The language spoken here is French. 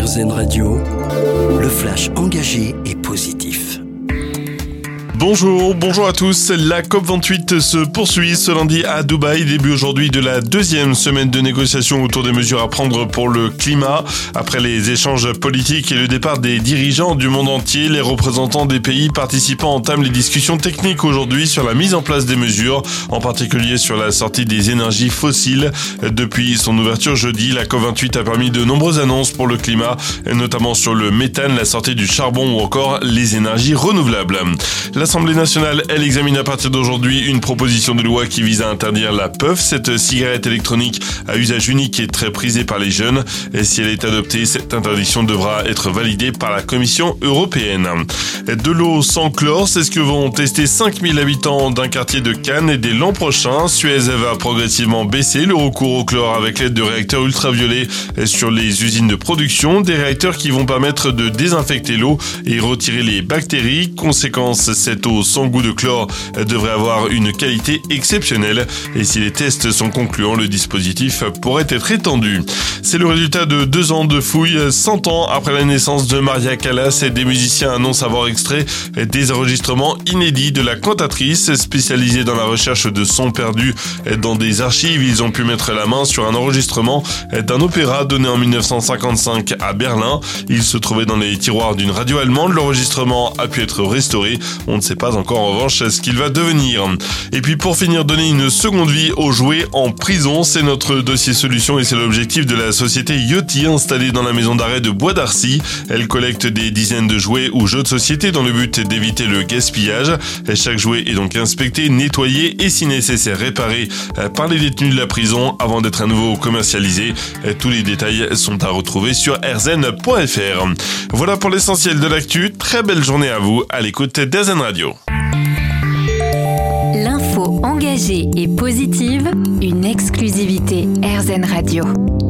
RZN Radio, le flash engagé et positif. Bonjour à tous. La COP28 se poursuit ce lundi à Dubaï. Début aujourd'hui de la deuxième semaine de négociations autour des mesures à prendre pour le climat. Après les échanges politiques et le départ des dirigeants du monde entier, les représentants des pays participants entament les discussions techniques aujourd'hui sur la mise en place des mesures, en particulier sur la sortie des énergies fossiles. Depuis son ouverture jeudi, la COP28 a permis de nombreuses annonces pour le climat, notamment sur le méthane, la sortie du charbon ou encore les énergies renouvelables. L'Assemblée nationale, elle examine à partir d'aujourd'hui une proposition de loi qui vise à interdire la puff, cette cigarette électronique à usage unique et très prisée par les jeunes. Et si elle est adoptée, cette interdiction devra être validée par la Commission européenne. De l'eau sans chlore, c'est ce que vont tester 5000 habitants d'un quartier de Cannes et dès l'an prochain, Suez va progressivement baisser le recours au chlore avec l'aide de réacteurs ultraviolets sur les usines de production, des réacteurs qui vont permettre de désinfecter l'eau et retirer les bactéries. Conséquence, cette eau sans goût de chlore devrait avoir une qualité exceptionnelle et si les tests sont concluants, le dispositif pourrait être étendu. C'est le résultat de 2 ans de fouilles. 100 ans après la naissance de Maria Callas, des musiciens annoncent avoir extrait des enregistrements inédits de la cantatrice. Spécialisée dans la recherche de sons perdus dans des archives, ils ont pu mettre la main sur un enregistrement d'un opéra donné en 1955 à Berlin. Il se trouvait dans les tiroirs d'une radio allemande. L'enregistrement a pu être restauré. On ne sait pas encore en revanche ce qu'il va devenir. Et puis pour finir, donner une seconde vie aux jouets en prison, c'est notre dossier solution et c'est l'objectif de la société Yoti installée dans la maison d'arrêt de Bois d'Arcy. Elle collecte des dizaines de jouets ou jeux de société dans le but d'éviter le gaspillage. Chaque jouet est donc inspecté, nettoyé et si nécessaire réparé par les détenus de la prison avant d'être à nouveau commercialisé. Tous les détails sont à retrouver sur rzn.fr. Voilà pour l'essentiel de l'actu. Très belle journée à vous à l'écoute d'RZN Radio. L'info engagée et positive, une exclusivité RZN Radio.